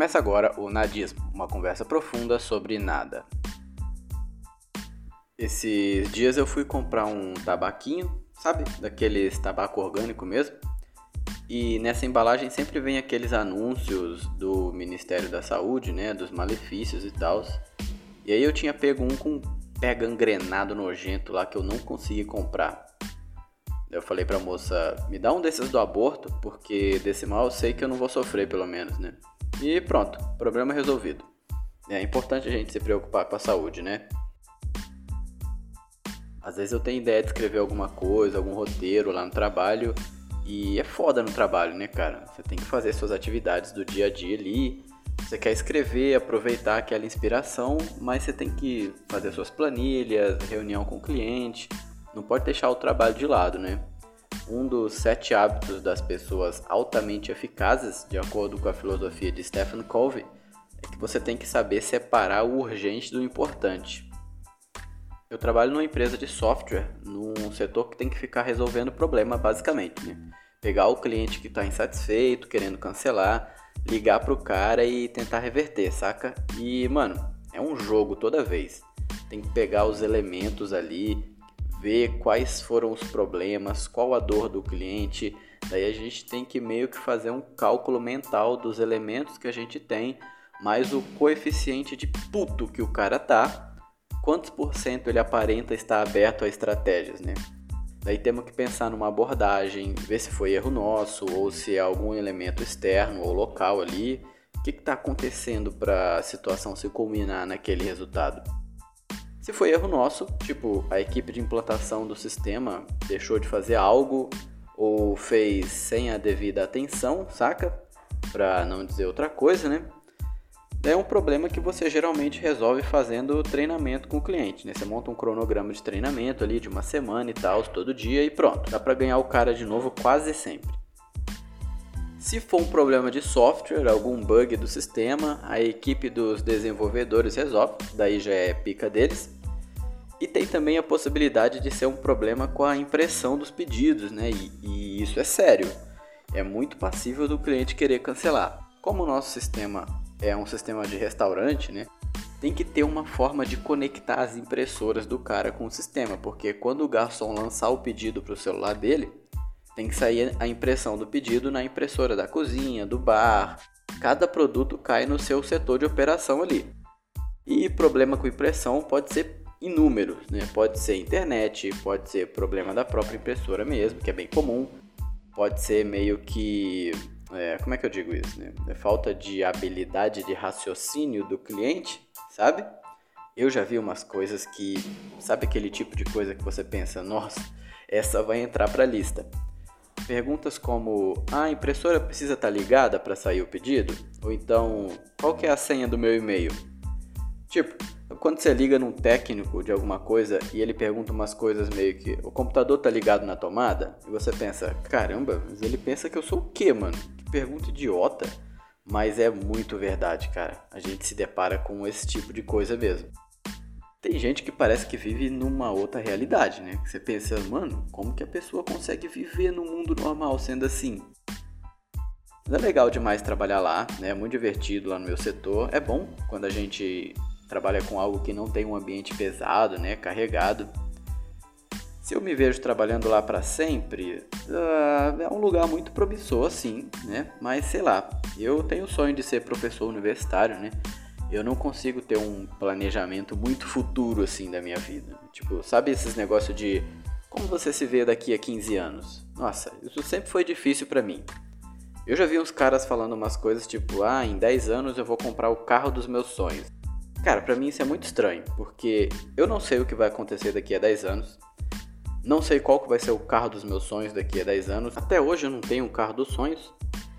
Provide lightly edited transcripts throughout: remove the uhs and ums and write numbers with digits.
Começa agora o Nadismo, uma conversa profunda sobre nada. Esses dias eu fui comprar um tabaquinho, sabe? Daqueles tabaco orgânico mesmo. E nessa embalagem sempre vem aqueles anúncios do Ministério da Saúde, né? Dos malefícios e tal. E aí eu tinha pego um com pé gangrenado nojento lá que eu não consegui comprar. Eu falei pra moça, me dá um desses do aborto, porque desse mal eu sei que eu não vou sofrer pelo menos, né? E pronto, problema resolvido. É importante a gente se preocupar com a saúde, né? Às vezes eu tenho ideia de escrever alguma coisa, algum roteiro lá no trabalho, e é foda no trabalho, né, cara? Você tem que fazer suas atividades do dia a dia ali, você quer escrever, aproveitar aquela inspiração, mas você tem que fazer suas planilhas, reunião com o cliente, não pode deixar o trabalho de lado, né? Um dos 7 hábitos das pessoas altamente eficazes, de acordo com a filosofia de Stephen Covey, é que você tem que saber separar o urgente do importante. Eu trabalho numa empresa de software, num setor que tem que ficar resolvendo problema, basicamente, né? Pegar o cliente que está insatisfeito, querendo cancelar, ligar pro cara e tentar reverter, saca? E, mano, é um jogo toda vez. Tem que pegar os elementos ali, ver quais foram os problemas, qual a dor do cliente. Daí a gente tem que meio que fazer um cálculo mental dos elementos que a gente tem, mais o coeficiente de puto que o cara tá, quantos por cento ele aparenta estar aberto a estratégias, né? Daí temos que pensar numa abordagem, ver se foi erro nosso ou se é algum elemento externo ou local ali. O que está acontecendo para a situação se culminar naquele resultado? Se foi erro nosso, tipo, a equipe de implantação do sistema deixou de fazer algo ou fez sem a devida atenção, saca? Pra não dizer outra coisa, né? É um problema que você geralmente resolve fazendo treinamento com o cliente, né? Você monta um cronograma de treinamento ali de uma semana e tal, todo dia e pronto. Dá pra ganhar o cara de novo quase sempre. Se for um problema de software, algum bug do sistema, a equipe dos desenvolvedores resolve, daí já é pica deles. E tem também a possibilidade de ser um problema com a impressão dos pedidos, né? E isso é sério. É muito passível do cliente querer cancelar. Como o nosso sistema é um sistema de restaurante, né? Tem que ter uma forma de conectar as impressoras do cara com o sistema, porque quando o garçom lançar o pedido para o celular dele, tem que sair a impressão do pedido na impressora da cozinha, do bar. Cada produto cai no seu setor de operação ali. E problema com impressão pode ser inúmeros, né? Pode ser internet, pode ser problema da própria impressora mesmo, que é bem comum. Pode ser meio que... como é que eu digo isso, né? É falta de habilidade de raciocínio do cliente, sabe? Eu já vi umas coisas que... Sabe aquele tipo de coisa que você pensa, nossa, essa vai entrar pra lista. Perguntas como, a impressora precisa estar ligada para sair o pedido? Ou então, qual que é a senha do meu e-mail? Tipo, quando você liga num técnico de alguma coisa e ele pergunta umas coisas meio que, o computador tá ligado na tomada? E você pensa, caramba, mas ele pensa que eu sou o quê, mano? Que pergunta idiota. Mas é muito verdade, cara. A gente se depara com esse tipo de coisa mesmo. Tem gente que parece que vive numa outra realidade, né? Você pensa, mano, como que a pessoa consegue viver no mundo normal sendo assim? Mas é legal demais trabalhar lá, né? É muito divertido lá no meu setor. É bom quando a gente trabalha com algo que não tem um ambiente pesado, né? Carregado. Se eu me vejo trabalhando lá para sempre, é um lugar muito promissor, sim, né? Mas sei lá, eu tenho o sonho de ser professor universitário, né? Eu não consigo ter um planejamento muito futuro, assim, da minha vida. Tipo, sabe esses negócios de como você se vê daqui a 15 anos? Nossa, isso sempre foi difícil pra mim. Eu já vi uns caras falando umas coisas tipo, em 10 anos eu vou comprar o carro dos meus sonhos. Cara, pra mim isso é muito estranho, porque eu não sei o que vai acontecer daqui a 10 anos. Não sei qual que vai ser o carro dos meus sonhos daqui a 10 anos. Até hoje eu não tenho um carro dos sonhos.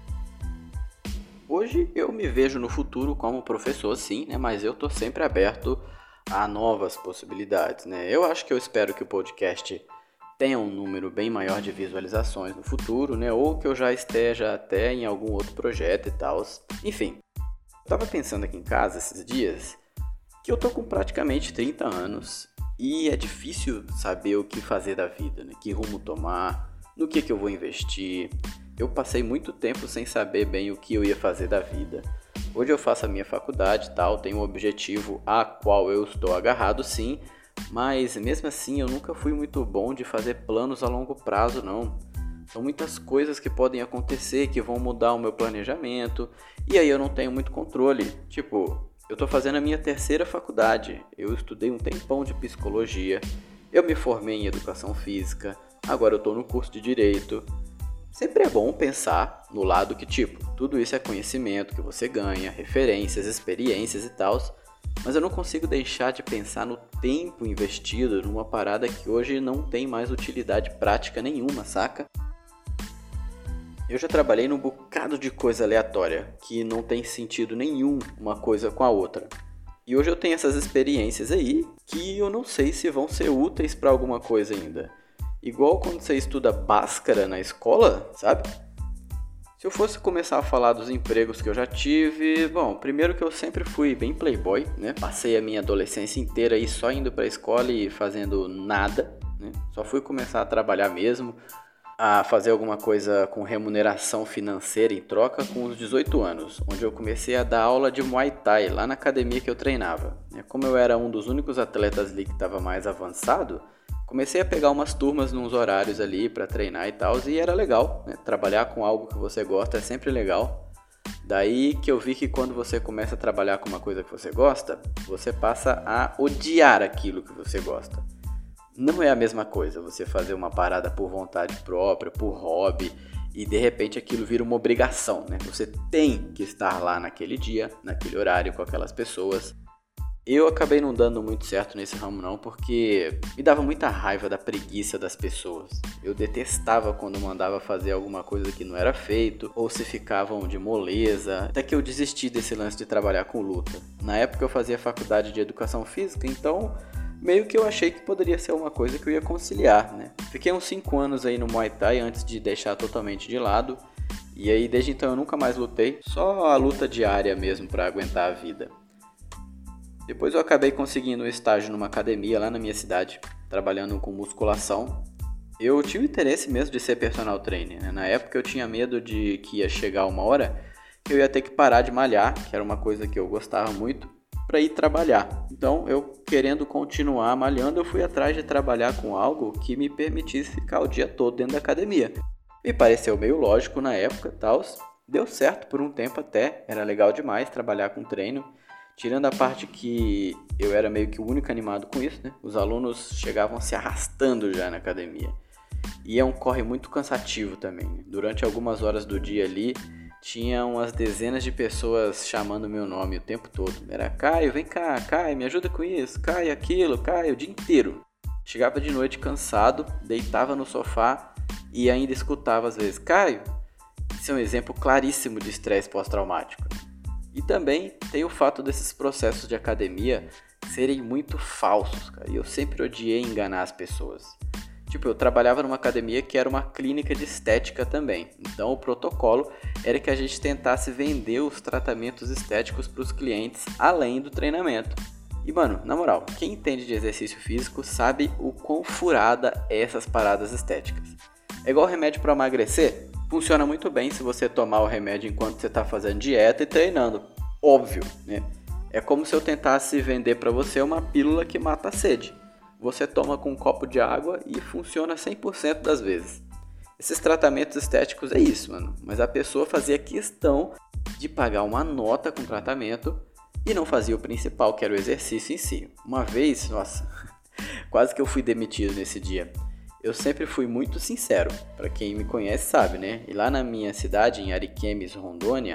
Hoje eu me vejo no futuro como professor, sim, né? Mas eu tô sempre aberto a novas possibilidades, né? Eu espero que o podcast tenha um número bem maior de visualizações no futuro, né? Ou que eu já esteja até em algum outro projeto e tal. Enfim, eu tava pensando aqui em casa esses dias que eu tô com praticamente 30 anos e é difícil saber o que fazer da vida, né? Que rumo tomar, no que eu vou investir. Eu passei muito tempo sem saber bem o que eu ia fazer da vida. Hoje eu faço a minha faculdade e tal, tenho um objetivo a qual eu estou agarrado sim, mas mesmo assim eu nunca fui muito bom de fazer planos a longo prazo não. São muitas coisas que podem acontecer que vão mudar o meu planejamento e aí eu não tenho muito controle. Tipo, eu estou fazendo a minha terceira faculdade, eu estudei um tempão de psicologia, eu me formei em educação física, agora eu estou no curso de direito. Sempre é bom pensar no lado que, tipo, tudo isso é conhecimento que você ganha, referências, experiências e tal, mas eu não consigo deixar de pensar no tempo investido numa parada que hoje não tem mais utilidade prática nenhuma, saca? Eu já trabalhei num bocado de coisa aleatória, que não tem sentido nenhum uma coisa com a outra. E hoje eu tenho essas experiências aí que eu não sei se vão ser úteis para alguma coisa ainda. Igual quando você estuda Bhaskara na escola, sabe? Se eu fosse começar a falar dos empregos que eu já tive, bom, primeiro que eu sempre fui bem playboy, né? Passei a minha adolescência inteira aí só indo pra escola e fazendo nada, né? Só fui começar a trabalhar mesmo, a fazer alguma coisa com remuneração financeira em troca com os 18 anos, onde eu comecei a dar aula de Muay Thai lá na academia que eu treinava. Como eu era um dos únicos atletas ali que estava mais avançado, comecei a pegar umas turmas nos horários ali para treinar e tal, e era legal, né? Trabalhar com algo que você gosta é sempre legal. Daí que eu vi que quando você começa a trabalhar com uma coisa que você gosta, você passa a odiar aquilo que você gosta. Não é a mesma coisa você fazer uma parada por vontade própria, por hobby, e de repente aquilo vira uma obrigação, né? Você tem que estar lá naquele dia, naquele horário, com aquelas pessoas. Eu acabei não dando muito certo nesse ramo não, porque me dava muita raiva da preguiça das pessoas. Eu detestava quando mandava fazer alguma coisa que não era feito, ou se ficavam de moleza, até que eu desisti desse lance de trabalhar com luta. Na época eu fazia faculdade de educação física, então meio que eu achei que poderia ser uma coisa que eu ia conciliar, né? Fiquei uns 5 anos aí no Muay Thai antes de deixar totalmente de lado, e aí desde então eu nunca mais lutei, só a luta diária mesmo para aguentar a vida. Depois eu acabei conseguindo um estágio numa academia lá na minha cidade, trabalhando com musculação. Eu tinha o interesse mesmo de ser personal trainer, né? Na época eu tinha medo de que ia chegar uma hora que eu ia ter que parar de malhar, que era uma coisa que eu gostava muito, para ir trabalhar. Então eu, querendo continuar malhando, eu fui atrás de trabalhar com algo que me permitisse ficar o dia todo dentro da academia. Me pareceu meio lógico na época, tal. Deu certo por um tempo até, era legal demais trabalhar com treino. Tirando a parte que eu era meio que o único animado com isso, né? Os alunos chegavam se arrastando já na academia. E é um corre muito cansativo também, né? Durante algumas horas do dia ali, tinha umas dezenas de pessoas chamando meu nome o tempo todo. Era Caio, vem cá, Caio, me ajuda com isso, Caio, aquilo, Caio, o dia inteiro. Chegava de noite cansado, deitava no sofá e ainda escutava às vezes, Caio. Isso é um exemplo claríssimo de estresse pós-traumático. E também tem o fato desses processos de academia serem muito falsos, cara. E eu sempre odiei enganar as pessoas. Tipo, eu trabalhava numa academia que era uma clínica de estética também. Então o protocolo era que a gente tentasse vender os tratamentos estéticos para os clientes além do treinamento. E mano, na moral, quem entende de exercício físico sabe o quão furada é essas paradas estéticas. É igual remédio para emagrecer? Funciona muito bem se você tomar o remédio enquanto você está fazendo dieta e treinando. Óbvio, né? É como se eu tentasse vender para você uma pílula que mata a sede. Você toma com um copo de água e funciona 100% das vezes. Esses tratamentos estéticos é isso, mano. Mas a pessoa fazia questão de pagar uma nota com o tratamento e não fazia o principal, que era o exercício em si. Uma vez, nossa, quase que eu fui demitido nesse dia. Eu sempre fui muito sincero, para quem me conhece sabe, né? E lá na minha cidade, em Ariquemes, Rondônia,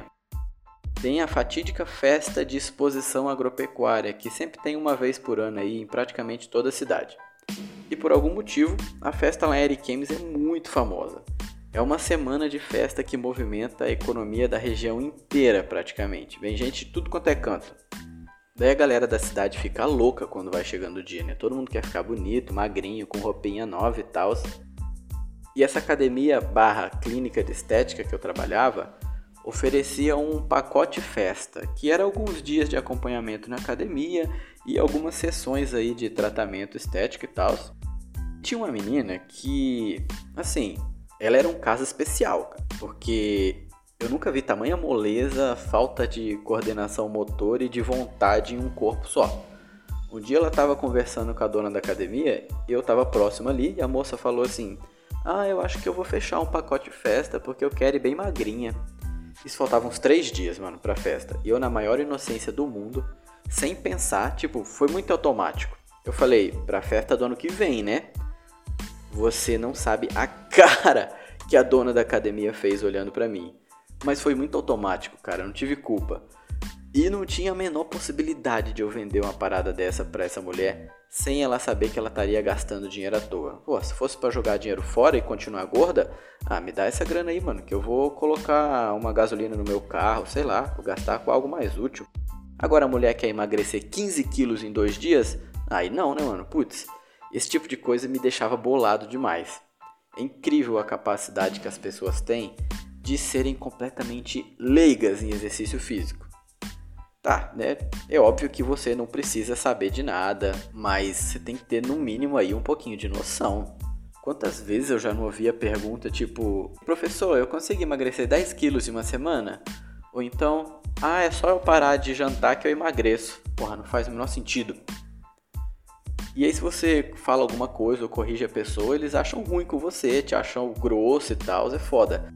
tem a fatídica festa de exposição agropecuária, que sempre tem uma vez por ano aí em praticamente toda a cidade. E por algum motivo, a festa lá em Ariquemes é muito famosa. É uma semana de festa que movimenta a economia da região inteira praticamente. Vem gente de tudo quanto é canto. Daí a galera da cidade fica louca quando vai chegando o dia, né? Todo mundo quer ficar bonito, magrinho, com roupinha nova e tal. E essa academia barra clínica de estética que eu trabalhava oferecia um pacote festa, que era alguns dias de acompanhamento na academia e algumas sessões aí de tratamento estético e tal. Tinha uma menina que, assim, ela era um caso especial, cara, porque Eu nunca vi tamanha moleza, falta de coordenação motor e de vontade em um corpo só. Um dia ela estava conversando com a dona da academia, eu estava próximo ali e a moça falou assim: "Ah, eu acho que eu vou fechar um pacote de festa porque eu quero ir bem magrinha." Isso faltava uns 3 dias, mano, pra festa. E eu, na maior inocência do mundo, sem pensar, tipo, foi muito automático. Eu falei: "Pra festa do ano que vem, né?" Você não sabe a cara que a dona da academia fez olhando pra mim. Mas foi muito automático, cara, eu não tive culpa. E não tinha a menor possibilidade de eu vender uma parada dessa pra essa mulher sem ela saber que ela estaria gastando dinheiro à toa. Pô, se fosse pra jogar dinheiro fora e continuar gorda, me dá essa grana aí, mano, que eu vou colocar uma gasolina no meu carro, sei lá, vou gastar com algo mais útil. Agora a mulher quer emagrecer 15 quilos em 2 dias? Aí não, né, mano? Putz, esse tipo de coisa me deixava bolado demais. É incrível a capacidade que as pessoas têm de serem completamente leigas em exercício físico. Tá, né? É óbvio que você não precisa saber de nada, mas você tem que ter no mínimo aí um pouquinho de noção. Quantas vezes eu já não ouvi a pergunta tipo: "Professor, eu consigo emagrecer 10 quilos em uma semana?" Ou então: "É só eu parar de jantar que eu emagreço." Porra, não faz o menor sentido. E aí se você fala alguma coisa ou corrige a pessoa, eles acham ruim com você, te acham grosso e tal, é foda.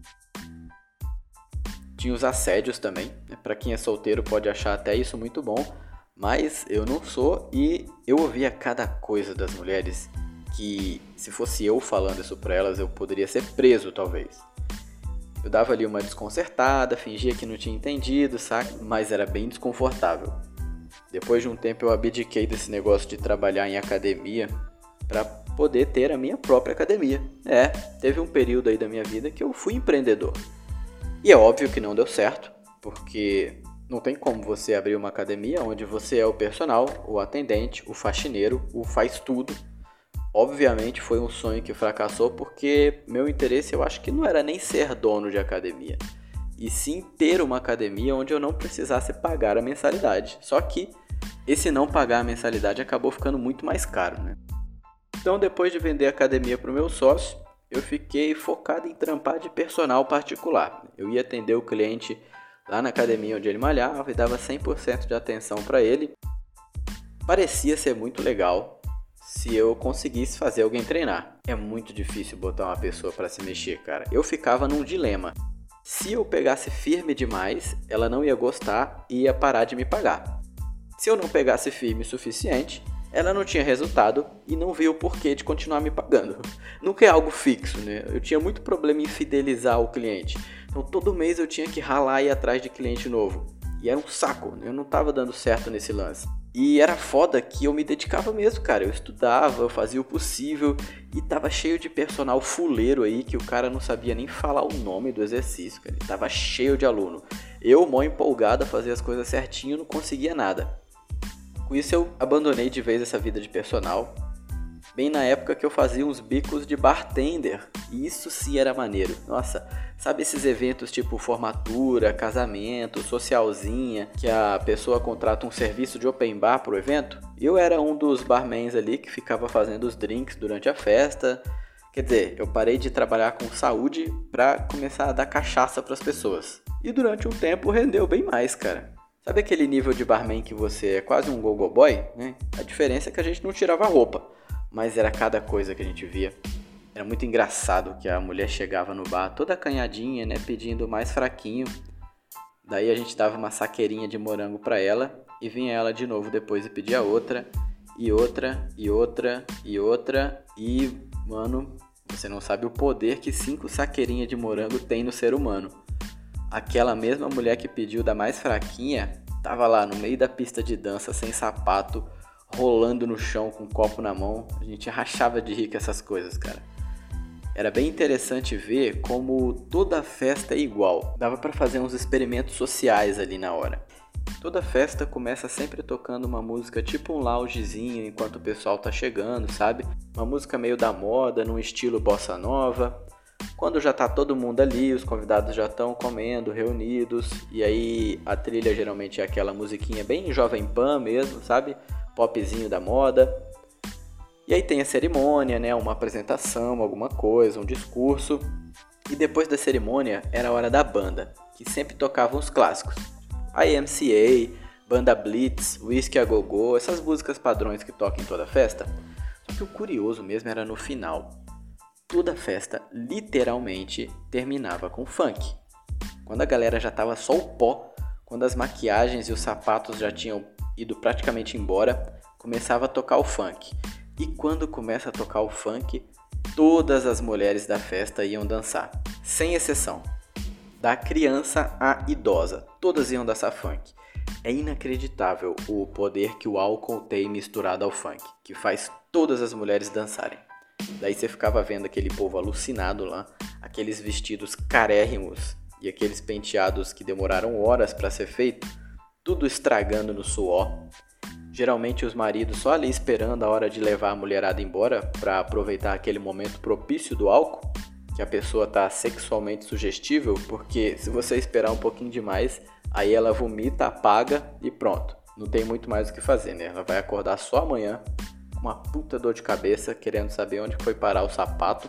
Tinha os assédios também, né? Pra quem é solteiro pode achar até isso muito bom, mas eu não sou e eu ouvia cada coisa das mulheres que, se fosse eu falando isso pra elas, eu poderia ser preso talvez. Eu dava ali uma desconcertada, fingia que não tinha entendido, saca? Mas era bem desconfortável. Depois de um tempo eu abdiquei desse negócio de trabalhar em academia pra poder ter a minha própria academia. Teve um período aí da minha vida que eu fui empreendedor. E é óbvio que não deu certo, porque não tem como você abrir uma academia onde você é o personal, o atendente, o faxineiro, o faz tudo. Obviamente foi um sonho que fracassou porque meu interesse eu acho que não era nem ser dono de academia, e sim ter uma academia onde eu não precisasse pagar a mensalidade. Só que esse não pagar a mensalidade acabou ficando muito mais caro, né? Então depois de vender a academia para o meu sócio, eu fiquei focado em trampar de personal particular. Eu ia atender o cliente lá na academia onde ele malhava e dava 100% de atenção para ele. Parecia ser muito legal se eu conseguisse fazer alguém treinar. É muito difícil botar uma pessoa para se mexer, cara. Eu ficava num dilema. Se eu pegasse firme demais, ela não ia gostar e ia parar de me pagar. Se eu não pegasse firme o suficiente, ela não tinha resultado e não via o porquê de continuar me pagando. Nunca é algo fixo, né? Eu tinha muito problema em fidelizar o cliente. Então todo mês eu tinha que ralar e ir atrás de cliente novo. E era um saco, né? Eu não estava dando certo nesse lance. E era foda que eu me dedicava mesmo, cara. Eu estudava, eu fazia o possível e tava cheio de personal fuleiro aí que o cara não sabia nem falar o nome do exercício, cara. Ele tava cheio de aluno. Eu, mó empolgado a fazer as coisas certinho, não conseguia nada. Com isso eu abandonei de vez essa vida de personal, bem na época que eu fazia uns bicos de bartender, e isso sim era maneiro. Nossa, sabe esses eventos tipo formatura, casamento, socialzinha, que a pessoa contrata um serviço de open bar pro evento? Eu era um dos barmans ali que ficava fazendo os drinks durante a festa. Quer dizer, eu parei de trabalhar com saúde pra começar a dar cachaça pras pessoas. E durante um tempo rendeu bem mais, cara. Sabe aquele nível de barman que você é quase um go-go boy, né? A diferença é que a gente não tirava a roupa, mas era cada coisa que a gente via. Era muito engraçado que a mulher chegava no bar toda acanhadinha, né? Pedindo mais fraquinho. Daí a gente dava uma saqueirinha de morango pra ela e vinha ela de novo depois e pedia outra, e outra, e outra, e outra. E, mano, você não sabe o poder que 5 saqueirinhas de morango tem no ser humano. Aquela mesma mulher que pediu da mais fraquinha tava lá no meio da pista de dança, sem sapato, rolando no chão com um copo na mão. A gente rachava de rir com essas coisas, cara. Era bem interessante ver como toda festa é igual. Dava pra fazer uns experimentos sociais ali na hora. Toda festa começa sempre tocando uma música tipo um loungezinho enquanto o pessoal tá chegando, sabe? Uma música meio da moda, num estilo bossa nova. Quando já tá todo mundo ali, os convidados já estão comendo, reunidos, e aí a trilha geralmente é aquela musiquinha bem Jovem Pan mesmo, sabe? Popzinho da moda. E aí tem a cerimônia, né? Uma apresentação, alguma coisa, um discurso. E depois da cerimônia era a hora da banda, que sempre tocavam os clássicos. YMCA, Banda Blitz, Whisky a Go-Go, essas músicas padrões que tocam em toda festa. Só que o curioso mesmo era no final. Toda festa, literalmente, terminava com funk. Quando a galera já tava só o pó, quando as maquiagens e os sapatos já tinham ido praticamente embora, começava a tocar o funk. E quando começa a tocar o funk, todas as mulheres da festa iam dançar, sem exceção. Da criança à idosa, todas iam dançar funk. É inacreditável o poder que o álcool tem misturado ao funk, que faz todas as mulheres dançarem. Daí você ficava vendo aquele povo alucinado lá, aqueles vestidos carérrimos e aqueles penteados que demoraram horas para ser feito, tudo estragando no suor. Geralmente os maridos só ali esperando a hora de levar a mulherada embora para aproveitar aquele momento propício do álcool, que a pessoa tá sexualmente sugestível, porque se você esperar um pouquinho demais, aí ela vomita, apaga e pronto. Não tem muito mais o que fazer, né? Ela vai acordar só amanhã com uma puta dor de cabeça, querendo saber onde foi parar o sapato.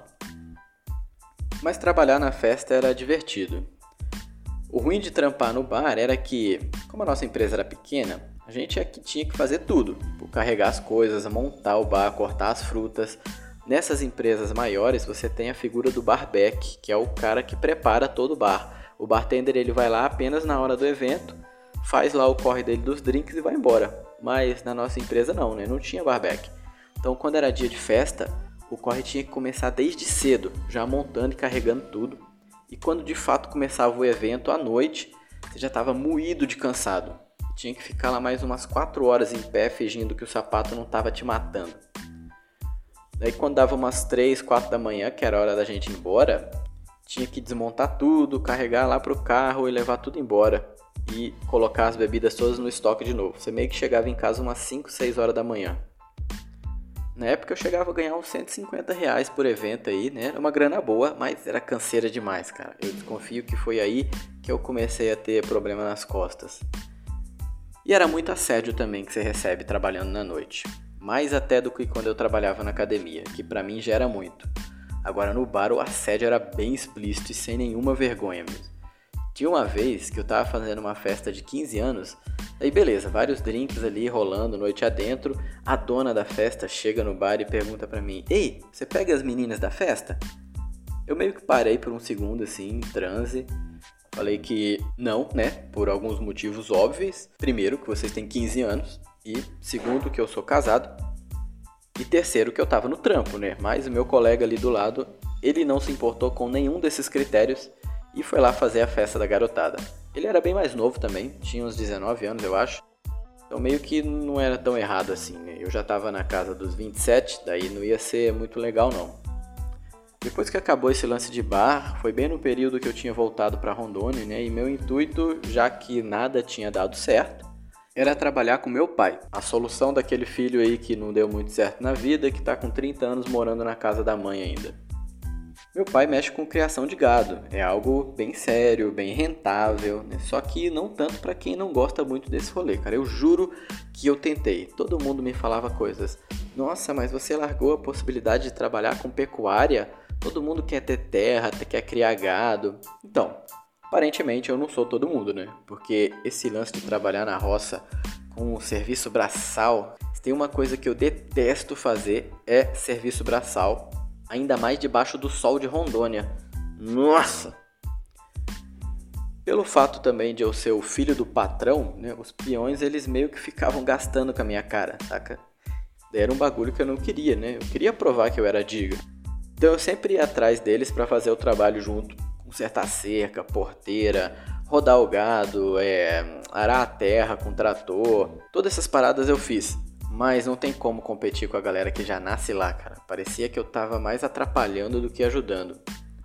Mas trabalhar na festa era divertido. O ruim de trampar no bar era que, como a nossa empresa era pequena, a gente é que tinha que fazer tudo. Carregar as coisas, montar o bar, cortar as frutas. Nessas empresas maiores, você tem a figura do barback, que é o cara que prepara todo o bar. O bartender ele vai lá apenas na hora do evento, faz lá o corre dele dos drinks e vai embora. Mas na nossa empresa não, né? Não tinha barback. Então quando era dia de festa, o corre tinha que começar desde cedo, já montando e carregando tudo. E quando de fato começava o evento à noite, você já estava moído de cansado. Tinha que ficar lá mais umas 4 horas em pé, fingindo que o sapato não estava te matando. Daí quando dava umas 3, 4 da manhã, que era a hora da gente ir embora, tinha que desmontar tudo, carregar lá pro carro e levar tudo embora. E colocar as bebidas todas no estoque de novo. Você meio que chegava em casa umas 5, 6 horas da manhã. Na época eu chegava a ganhar uns R$150 por evento aí, né? Era uma grana boa, mas era canseira demais, cara. Eu desconfio que foi aí que eu comecei a ter problema nas costas. E era muito assédio também que você recebe trabalhando na noite. Mais até do que quando eu trabalhava na academia, que pra mim já era muito. Agora no bar o assédio era bem explícito e sem nenhuma vergonha mesmo. Tinha uma vez que eu tava fazendo uma festa de 15 anos, aí beleza, vários drinks ali rolando noite adentro, a dona da festa chega no bar e pergunta pra mim: "Ei, você pega as meninas da festa?" Eu meio que parei por um segundo assim, em transe, falei que não, né, por alguns motivos óbvios. Primeiro, que vocês têm 15 anos, e segundo, que eu sou casado, e terceiro, que eu tava no trampo, né, mas o meu colega ali do lado, ele não se importou com nenhum desses critérios, e foi lá fazer a festa da garotada. Ele era bem mais novo também, tinha uns 19 anos eu acho, então meio que não era tão errado assim, né? Eu já tava na casa dos 27, daí não ia ser muito legal não. Depois que acabou esse lance de bar, foi bem no período que eu tinha voltado para Rondônia, né? E meu intuito, já que nada tinha dado certo, era trabalhar com meu pai. A solução daquele filho aí que não deu muito certo na vida, que tá com 30 anos morando na casa da mãe ainda. Meu pai mexe com criação de gado, é algo bem sério, bem rentável, né? Só que não tanto para quem não gosta muito desse rolê, cara. Eu juro que eu tentei, todo mundo me falava coisas. Nossa, mas você largou a possibilidade de trabalhar com pecuária? Todo mundo quer ter terra, quer criar gado. Então, aparentemente eu não sou todo mundo, né? Porque esse lance de trabalhar na roça com o serviço braçal, se tem uma coisa que eu detesto fazer é serviço braçal. Ainda mais debaixo do sol de Rondônia. Nossa! Pelo fato também de eu ser o filho do patrão, né, os peões eles meio que ficavam gastando com a minha cara, saca? Era um bagulho que eu não queria, né? Eu queria provar que eu era diga. Então eu sempre ia atrás deles para fazer o trabalho junto. Consertar cerca, porteira, rodar o gado, arar a terra com trator. Todas essas paradas eu fiz. Mas não tem como competir com a galera que já nasce lá, cara. Parecia que eu tava mais atrapalhando do que ajudando.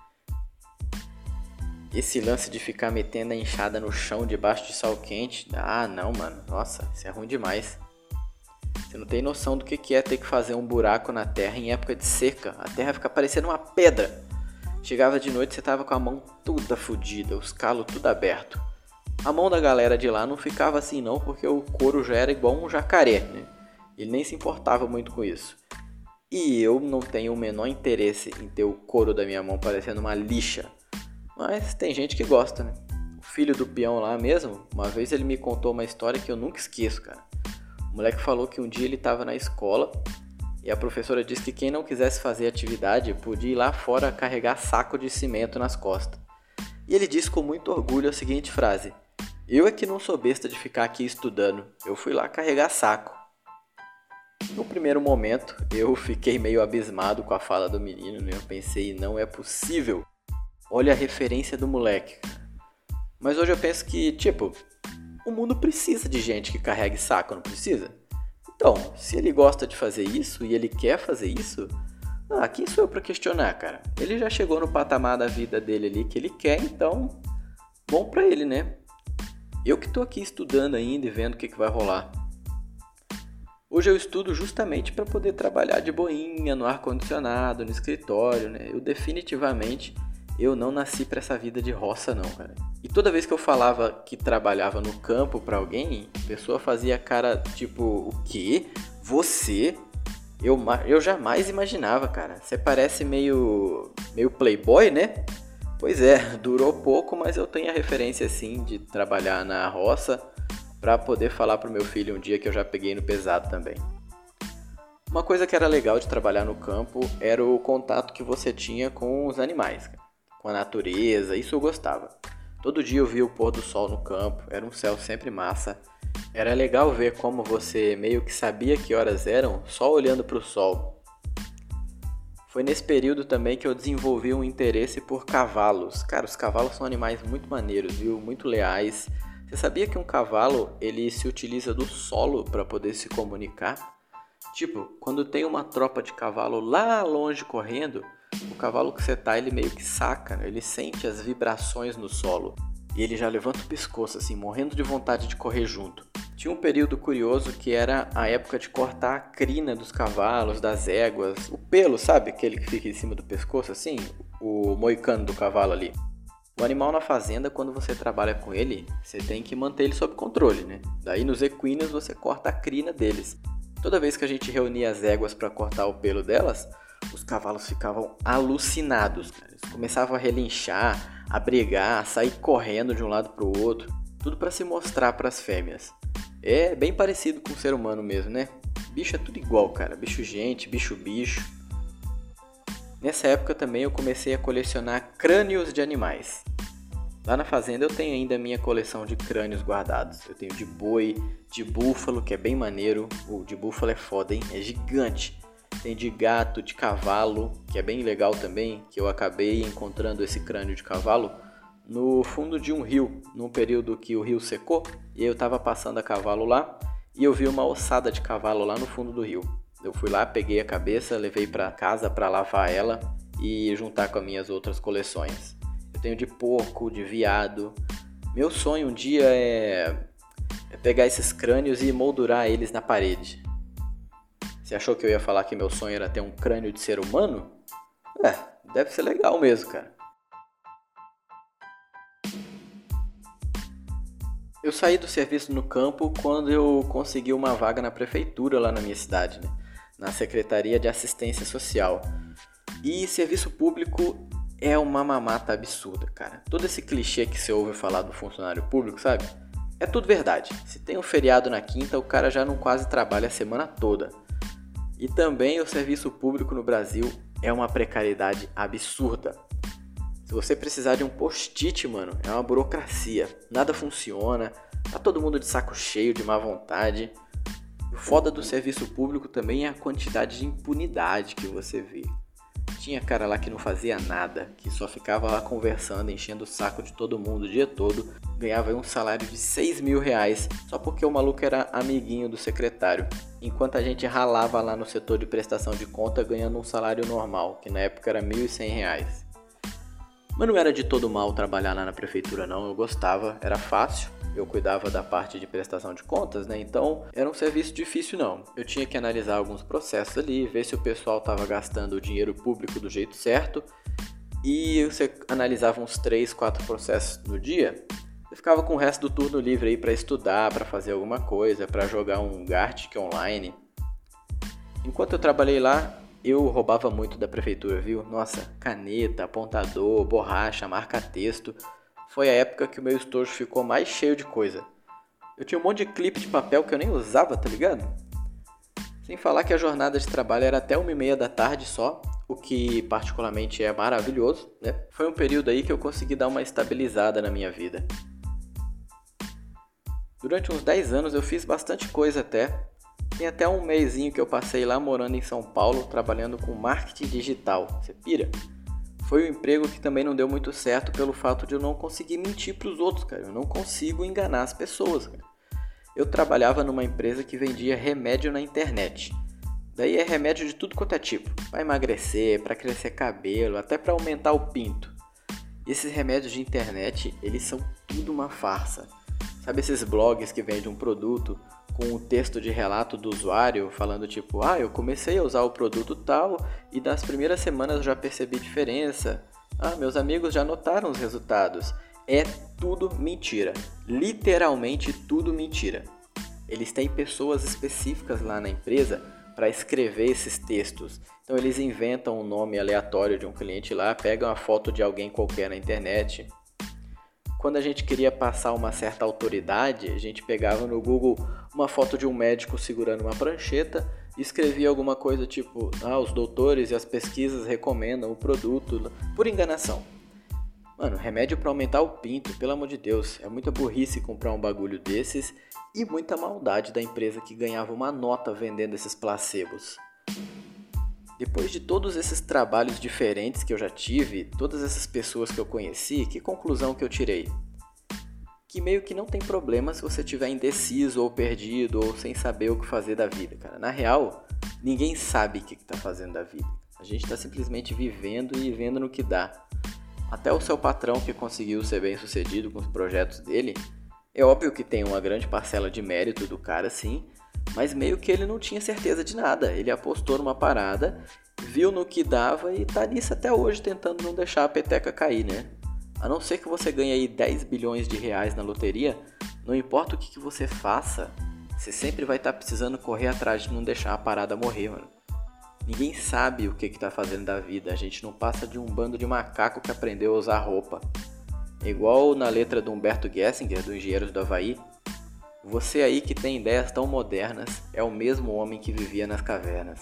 Esse lance de ficar metendo a enxada no chão debaixo de sol quente... Ah, não, mano. Nossa, isso é ruim demais. Você não tem noção do que é ter que fazer um buraco na terra em época de seca. A terra fica parecendo uma pedra. Chegava de noite, você tava com a mão toda fodida, os calos tudo aberto. A mão da galera de lá não ficava assim não, porque o couro já era igual um jacaré, né? Ele nem se importava muito com isso. E eu não tenho o menor interesse em ter o couro da minha mão parecendo uma lixa. Mas tem gente que gosta, né? O filho do peão lá mesmo, uma vez ele me contou uma história que eu nunca esqueço, cara. O moleque falou que um dia ele estava na escola e a professora disse que quem não quisesse fazer atividade podia ir lá fora carregar saco de cimento nas costas. E ele disse com muito orgulho a seguinte frase: "Eu é que não sou besta de ficar aqui estudando, eu fui lá carregar saco." No primeiro momento, eu fiquei meio abismado com a fala do menino, né? Eu pensei, não é possível. Olha a referência do moleque. Mas hoje eu penso que, o mundo precisa de gente que carregue saco, não precisa? Então, se ele gosta de fazer isso e ele quer fazer isso, quem sou eu pra questionar, cara? Ele já chegou no patamar da vida dele ali que ele quer, então, bom pra ele, né? Eu que tô aqui estudando ainda e vendo o que vai rolar. Hoje eu estudo justamente para poder trabalhar de boinha, no ar-condicionado, no escritório, né? Eu não nasci para essa vida de roça não, cara. E toda vez que eu falava que trabalhava no campo para alguém, a pessoa fazia cara tipo, o quê? Você? Eu jamais imaginava, cara. Você parece meio playboy, né? Pois é, durou pouco, mas eu tenho a referência assim de trabalhar na roça, para poder falar pro meu filho um dia que eu já peguei no pesado também. Uma coisa que era legal de trabalhar no campo era o contato que você tinha com os animais, com a natureza, isso eu gostava. Todo dia eu via o pôr do sol no campo, era um céu sempre massa. Era legal ver como você meio que sabia que horas eram só olhando pro sol. Foi nesse período também que eu desenvolvi um interesse por cavalos. Cara, os cavalos são animais muito maneiros, viu? Muito leais. Você sabia que um cavalo ele se utiliza do solo para poder se comunicar? Quando tem uma tropa de cavalo lá longe correndo, o cavalo que você tá, ele meio que saca, né? Ele sente as vibrações no solo e ele já levanta o pescoço assim, morrendo de vontade de correr junto. Tinha um período curioso que era a época de cortar a crina dos cavalos, das éguas, o pelo, sabe? Aquele que fica em cima do pescoço assim, o moicano do cavalo ali. O animal na fazenda, quando você trabalha com ele, você tem que manter ele sob controle, né? Daí nos equinos você corta a crina deles. Toda vez que a gente reunia as éguas para cortar o pelo delas, os cavalos ficavam alucinados, cara. Eles começavam a relinchar, a brigar, a sair correndo de um lado para o outro, tudo para se mostrar para as fêmeas. É bem parecido com o ser humano mesmo, né? Bicho é tudo igual, cara. Bicho gente, bicho. Nessa época também eu comecei a colecionar crânios de animais. Lá na fazenda eu tenho ainda a minha coleção de crânios guardados. Eu tenho de boi, de búfalo, que é bem maneiro. O de búfalo é foda, hein? É gigante. Tem de gato, de cavalo, que é bem legal também, que eu acabei encontrando esse crânio de cavalo no fundo de um rio, num período que o rio secou, e eu estava passando a cavalo lá, e eu vi uma ossada de cavalo lá no fundo do rio. Eu fui lá, peguei a cabeça, levei para casa para lavar ela e juntar com as minhas outras coleções. Eu tenho de porco, de veado. Meu sonho um dia é pegar esses crânios e moldurar eles na parede. Você achou que eu ia falar que meu sonho era ter um crânio de ser humano? Deve ser legal mesmo, cara. Eu saí do serviço no campo quando eu consegui uma vaga na prefeitura lá na minha cidade, né? Na Secretaria de Assistência Social. E serviço público é uma mamata absurda, cara. Todo esse clichê que você ouve falar do funcionário público, sabe? É tudo verdade. Se tem um feriado na quinta, o cara já não quase trabalha a semana toda. E também o serviço público no Brasil é uma precariedade absurda. Se você precisar de um post-it, mano, é uma burocracia. Nada funciona, tá todo mundo de saco cheio, de má vontade. O foda do serviço público também é a quantidade de impunidade que você vê. Tinha cara lá que não fazia nada, que só ficava lá conversando, enchendo o saco de todo mundo o dia todo, ganhava um salário de 6 mil reais, só porque o maluco era amiguinho do secretário, enquanto a gente ralava lá no setor de prestação de conta ganhando um salário normal, que na época era 1.100 reais. Mas não era de todo mal trabalhar lá na prefeitura não, eu gostava, era fácil. Eu cuidava da parte de prestação de contas, né? Então era um serviço difícil não. Eu tinha que analisar alguns processos ali, ver se o pessoal estava gastando o dinheiro público do jeito certo. E você analisava uns 3, 4 processos no dia. Eu ficava com o resto do turno livre aí para estudar, para fazer alguma coisa, para jogar um Gartic online. Enquanto eu trabalhei lá, Eu roubava muito da prefeitura, viu? Nossa, caneta, apontador, borracha, marca-texto. Foi a época que o meu estojo ficou mais cheio de coisa. Eu tinha um monte de clipe de papel que eu nem usava, tá ligado? Sem falar que a jornada de trabalho era até 1h30 da tarde só, o que particularmente é maravilhoso, né? Foi um período aí que eu consegui dar uma estabilizada na minha vida. Durante uns 10 anos eu fiz bastante coisa até. Tem até um mesinho que eu passei lá morando em São Paulo, trabalhando com marketing digital. Você pira? Foi um emprego que também não deu muito certo pelo fato de eu não conseguir mentir para os outros, cara. Eu não consigo enganar as pessoas, cara. Eu trabalhava numa empresa que vendia remédio na internet. Daí é remédio de tudo quanto é tipo. Para emagrecer, para crescer cabelo, até para aumentar o pinto. E esses remédios de internet, eles são tudo uma farsa. Sabe esses blogs que vendem um produto com o texto de relato do usuário falando tipo, eu comecei a usar o produto tal e nas primeiras semanas já percebi diferença. Meus amigos já notaram os resultados. É tudo mentira. Literalmente tudo mentira. Eles têm pessoas específicas lá na empresa para escrever esses textos. Então eles inventam um nome aleatório de um cliente lá, pegam a foto de alguém qualquer na internet. Quando a gente queria passar uma certa autoridade, a gente pegava no Google uma foto de um médico segurando uma prancheta e escrevia alguma coisa tipo, os doutores e as pesquisas recomendam o produto, por enganação. Mano, remédio para aumentar o pinto, pelo amor de Deus, é muita burrice comprar um bagulho desses e muita maldade da empresa que ganhava uma nota vendendo esses placebos. Depois de todos esses trabalhos diferentes que eu já tive, todas essas pessoas que eu conheci, que conclusão que eu tirei? Que meio que não tem problema se você estiver indeciso ou perdido ou sem saber o que fazer da vida, cara. Na real, ninguém sabe o que está fazendo da vida. A gente está simplesmente vivendo e vendo no que dá. Até o seu patrão que conseguiu ser bem sucedido com os projetos dele, é óbvio que tem uma grande parcela de mérito do cara sim, mas meio que ele não tinha certeza de nada. Ele apostou numa parada, viu no que dava e tá nisso até hoje tentando não deixar a peteca cair, né? A não ser que você ganhe aí 10 bilhões de reais na loteria, não importa o que você faça, você sempre vai estar precisando correr atrás de não deixar a parada morrer, mano. Ninguém sabe o que tá fazendo da vida, a gente não passa de um bando de macaco que aprendeu a usar roupa. É igual na letra do Humberto Gessinger, do Engenheiros do Havaí. Você aí que tem ideias tão modernas é o mesmo homem que vivia nas cavernas.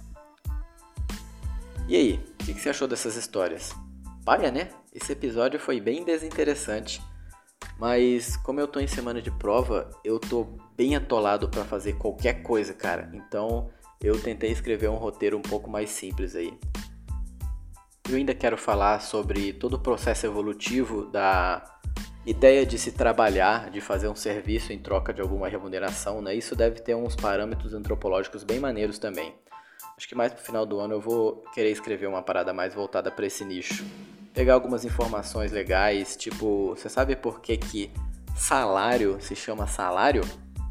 E aí, o que você achou dessas histórias? Paia, né? Esse episódio foi bem desinteressante, mas como eu tô em semana de prova, eu tô bem atolado pra fazer qualquer coisa, cara. Então eu tentei escrever um roteiro um pouco mais simples aí. Eu ainda quero falar sobre todo o processo evolutivo da ideia de se trabalhar, de fazer um serviço em troca de alguma remuneração, né? Isso deve ter uns parâmetros antropológicos bem maneiros também. Acho que mais pro final do ano eu vou querer escrever uma parada mais voltada para esse nicho. Pegar algumas informações legais, tipo, você sabe por que salário se chama salário?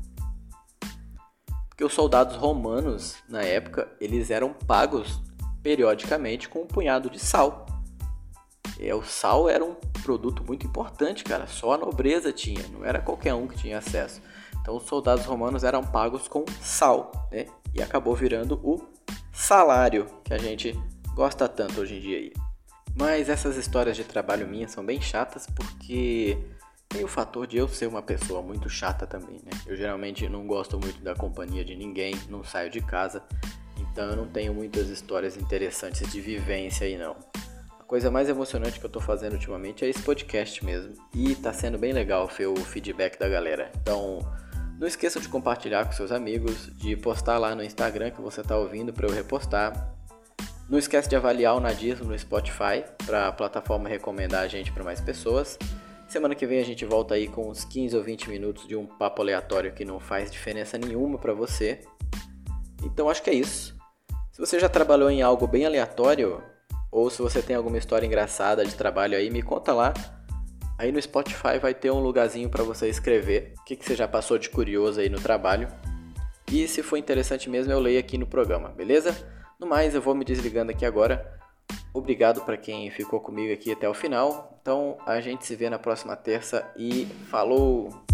Porque os soldados romanos, na época, eles eram pagos periodicamente com um punhado de sal. O sal era um produto muito importante, cara. Só a nobreza tinha, não era qualquer um que tinha acesso. Então os soldados romanos eram pagos com sal, né? E acabou virando o salário, que a gente gosta tanto hoje em dia aí. Mas essas histórias de trabalho minhas são bem chatas porque tem o fator de eu ser uma pessoa muito chata também, né? Eu geralmente não gosto muito da companhia de ninguém, não saio de casa, então eu não tenho muitas histórias interessantes de vivência aí não. A coisa mais emocionante que eu tô fazendo ultimamente é esse podcast mesmo, e tá sendo bem legal ver o feedback da galera. Então não esqueça de compartilhar com seus amigos, de postar lá no Instagram que você tá ouvindo para eu repostar. Não esquece de avaliar o Nadismo no Spotify para a plataforma recomendar a gente para mais pessoas. Semana que vem a gente volta aí com uns 15 ou 20 minutos de um papo aleatório que não faz diferença nenhuma para você. Então acho que é isso. Se você já trabalhou em algo bem aleatório, ou se você tem alguma história engraçada de trabalho aí, me conta lá. Aí no Spotify vai ter um lugarzinho para você escrever o que você já passou de curioso aí no trabalho. E se for interessante mesmo, eu leio aqui no programa, beleza? No mais, eu vou me desligando aqui agora. Obrigado para quem ficou comigo aqui até o final. Então, a gente se vê na próxima terça e falou!